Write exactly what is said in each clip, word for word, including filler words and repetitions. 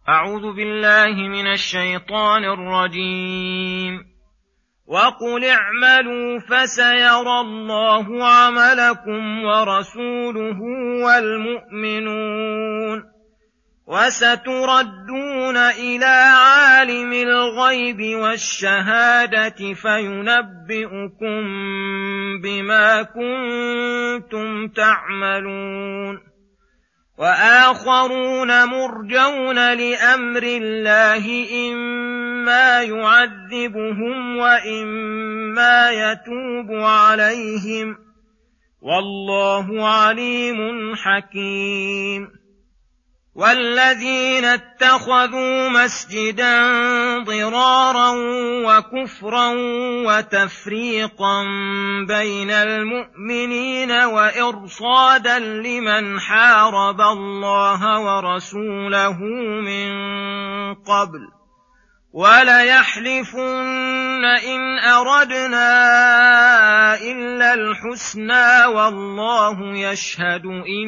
أعوذ بالله من الشيطان الرجيم. وقل اعملوا فسيرى الله عملكم ورسوله والمؤمنون وستردون إلى عالم الغيب والشهادة فينبئكم بما كنتم تعملون. وآخرون مرجون لأمر الله إما يعذبهم وإما يتوب عليهم والله عليم حكيم. والذين اتخذوا مسجدا ضرارا وكفرا وتفريقا بين المؤمنين وإرصادا لمن حارب الله ورسوله من قبل وليحلفن إن أردنا إلا الحسنى والله يشهد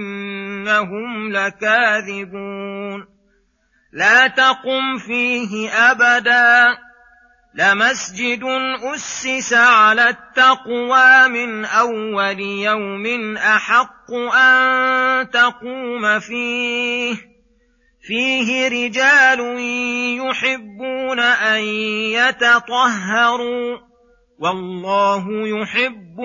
إنهم لكاذبون. لا تقم فيه أبدا لمسجد أسس على التقوى من أول يوم أحق أن تقوم فيه فيه رجال يحبون أن يتطهروا والله يحب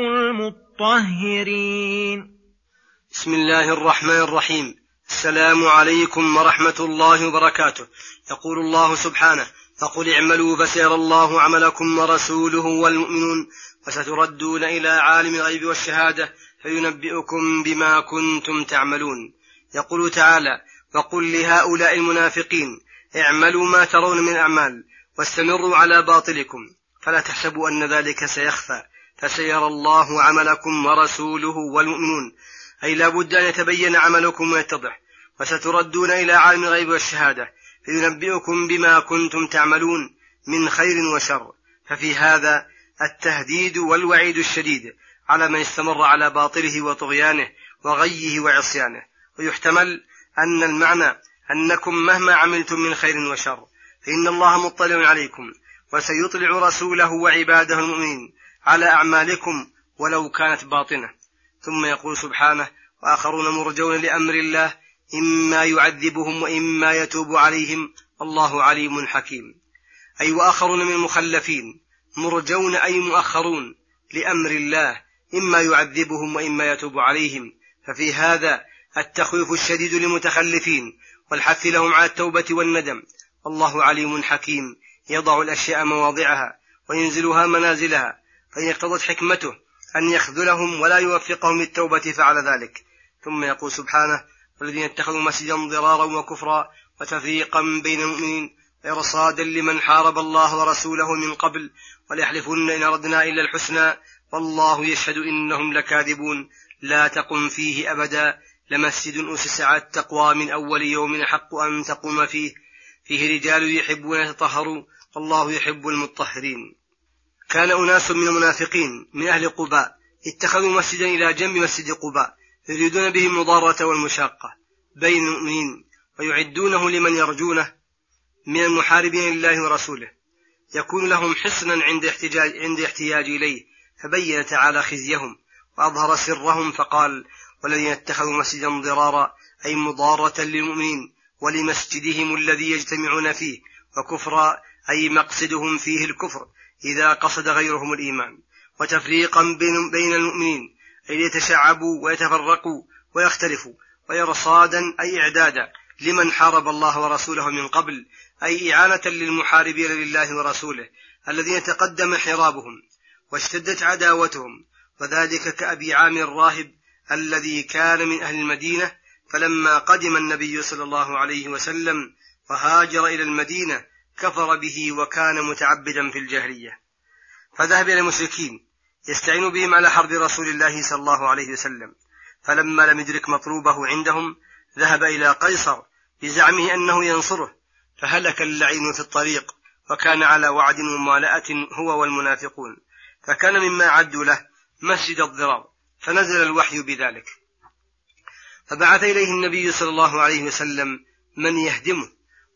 المطهرين. بسم الله الرحمن الرحيم. السلام عليكم ورحمة الله وبركاته. يقول الله سبحانه: فقل اعملوا فسيرى الله عملكم ورسوله والمؤمنون وستردون إلى عالم الغيب والشهادة فينبئكم بما كنتم تعملون. يقول تعالى: وقل لهؤلاء المنافقين اعملوا ما ترون من أعمال واستمروا على باطلكم فلا تحسبوا أن ذلك سيخفى فسيرى الله عملكم ورسوله والمؤمنون، أي لا بد أن يتبين عملكم ويتضح. وستردون إلى عالم الغيب والشهادة فينبئكم بما كنتم تعملون من خير وشر. ففي هذا التهديد والوعيد الشديد على من استمر على باطله وطغيانه وغيه وعصيانه. ويحتمل أن المعنى أنكم مهما عملتم من خير وشر فإن الله مطلع عليكم وسيطلع رسوله وعباده المؤمنين على أعمالكم ولو كانت باطنة. ثم يقول سبحانه: وآخرون مرجون لأمر الله إما يعذبهم وإما يتوب عليهم الله عليم حكيم. أي وآخرون من المخلفين مرجون أي مؤخرون لأمر الله إما يعذبهم وإما يتوب عليهم. ففي هذا التخويف الشديد للمتخلفين والحث لهم على التوبة والندم. الله عليم حكيم يضع الأشياء مواضعها وينزلها منازلها، فإن اقتضت حكمته أن يخذلهم ولا يوفقهم للتوبة فعل ذلك. ثم يقول سبحانه: والذين اتخذوا مسجدا ضرارا وكفرا وتفريقا بين المؤمنين وإرصادا لمن حارب الله ورسوله من قبل وليحلفن إن أردنا إلا الحسنى والله يشهد إنهم لكاذبون. لا تقم فيه أبدا لمسجد أسس على التقوى من أول يوم حق أن تقوم فيه فيه رجال يحبون يتطهروا والله يحب المطهرين. كان أناس من المنافقين من أهل قباء اتخذوا مسجدا إلى جنب مسجد قباء يريدون به المضارة والمشاقة بين المؤمنين ويعدونه لمن يرجونه من المحاربين لله ورسوله، يكون لهم حصنا عند احتجاج, عند احتياج إليه. فبين تعالى خزيهم وأظهر سرهم فقال: والذين اتخذوا مسجدا ضرارا أي مضارة للمؤمنين ولمسجدهم الذي يجتمعون فيه، وكفرا أي مقصدهم فيه الكفر إذا قصد غيرهم الإيمان، وتفريقا بين المؤمنين أي يتشعبوا ويتفرقوا ويختلفوا، وإرصادا أي إعدادا لمن حارب الله ورسوله من قبل أي إعانة للمحاربين لله ورسوله الذين تقدم حرابهم واشتدت عداوتهم. وذلك كأبي عامر الراهب الذي كان من أهل المدينة، فلما قدم النبي صلى الله عليه وسلم وهاجر إلى المدينة كفر به وكان متعبدا في الجاهلية، فذهب إلى المشركين يستعين بهم على حرب رسول الله صلى الله عليه وسلم. فلما لم يدرك مطلوبه عندهم ذهب إلى قيصر بزعمه أنه ينصره، فهلك اللعين في الطريق وكان على وعد وموالأة هو والمنافقون، فكان مما عدوا له مسجد الضرار، فنزل الوحي بذلك، فبعث إليه النبي صلى الله عليه وسلم من يهدمه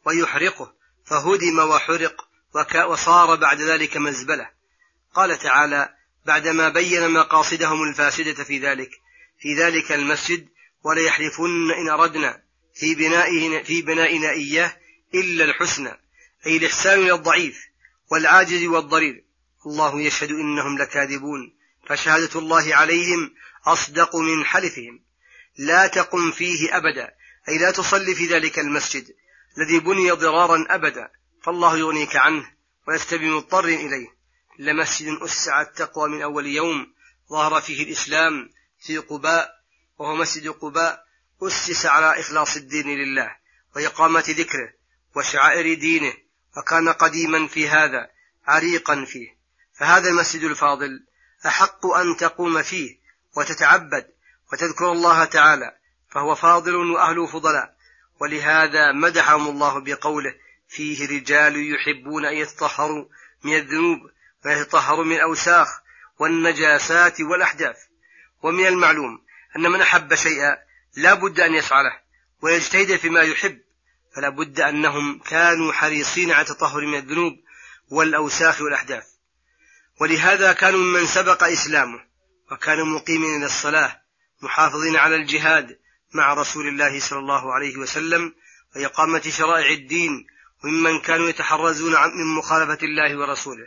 ويحرقه، فهدم وحرق وصار بعد ذلك مزبلة. قال تعالى بعدما بين مقاصدهم الفاسدة في ذلك في ذلك المسجد: وليحلفن إن أردنا في بنائنا, في بنائنا إياه إلا الحسنى، أي الإحسان إلى الضعيف والعاجز والضرير. الله يشهد إنهم لكاذبون، فشهادة الله عليهم أصدق من حلفهم. لا تقم فيه أبدا، أي لا تصلي في ذلك المسجد الذي بني ضرارا أبدا، فالله يغنيك عنه ولست بمضطر إليه. لمسجد أسس على التقوى من أول يوم ظهر فيه الإسلام في قباء، وهو مسجد قباء، أسس على إخلاص الدين لله وإقامة ذكره وشعائر دينه، وكان قديما في هذا عريقا فيه. فهذا المسجد الفاضل أحق أن تقوم فيه وتتعبد وتذكر الله تعالى، فهو فاضل وأهله فضلاء. ولهذا مدحهم الله بقوله: فيه رجال يحبون أن يتطهروا من الذنوب ويتطهروا من الأوساخ والنجاسات والأحداث. ومن المعلوم أن من أحب شيئا لا بد أن يسعى له ويجتهد فيما يحب، فلا بد أنهم كانوا حريصين على التطهر من الذنوب والأوساخ والأحداث. ولهذا كانوا ممن سبق إسلامه، وكانوا مقيمين للصلاة، محافظين على الجهاد مع رسول الله صلى الله عليه وسلم وإقامة شرائع الدين، وممن كانوا يتحرزون من مخالفة الله ورسوله.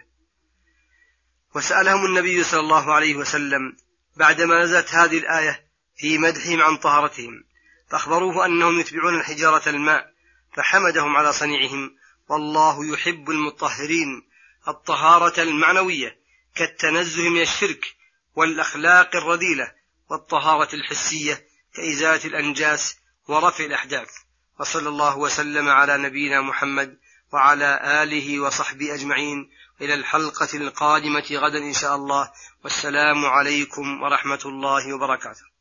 وسألهم النبي صلى الله عليه وسلم بعدما نزلت هذه الآية في مدحهم عن طهارتهم، فأخبروه أنهم يتبعون الحجارة الماء، فحمدهم على صنيعهم: والله يحب المطهرين. الطهارة المعنوية كالتنزه من الشرك والأخلاق الرذيلة، والطهارة الحسية كإزالة الأنجاس ورفع الأحداث. وصلى الله وسلم على نبينا محمد وعلى آله وصحبه أجمعين، إلى الحلقة القادمة غدا إن شاء الله، والسلام عليكم ورحمة الله وبركاته.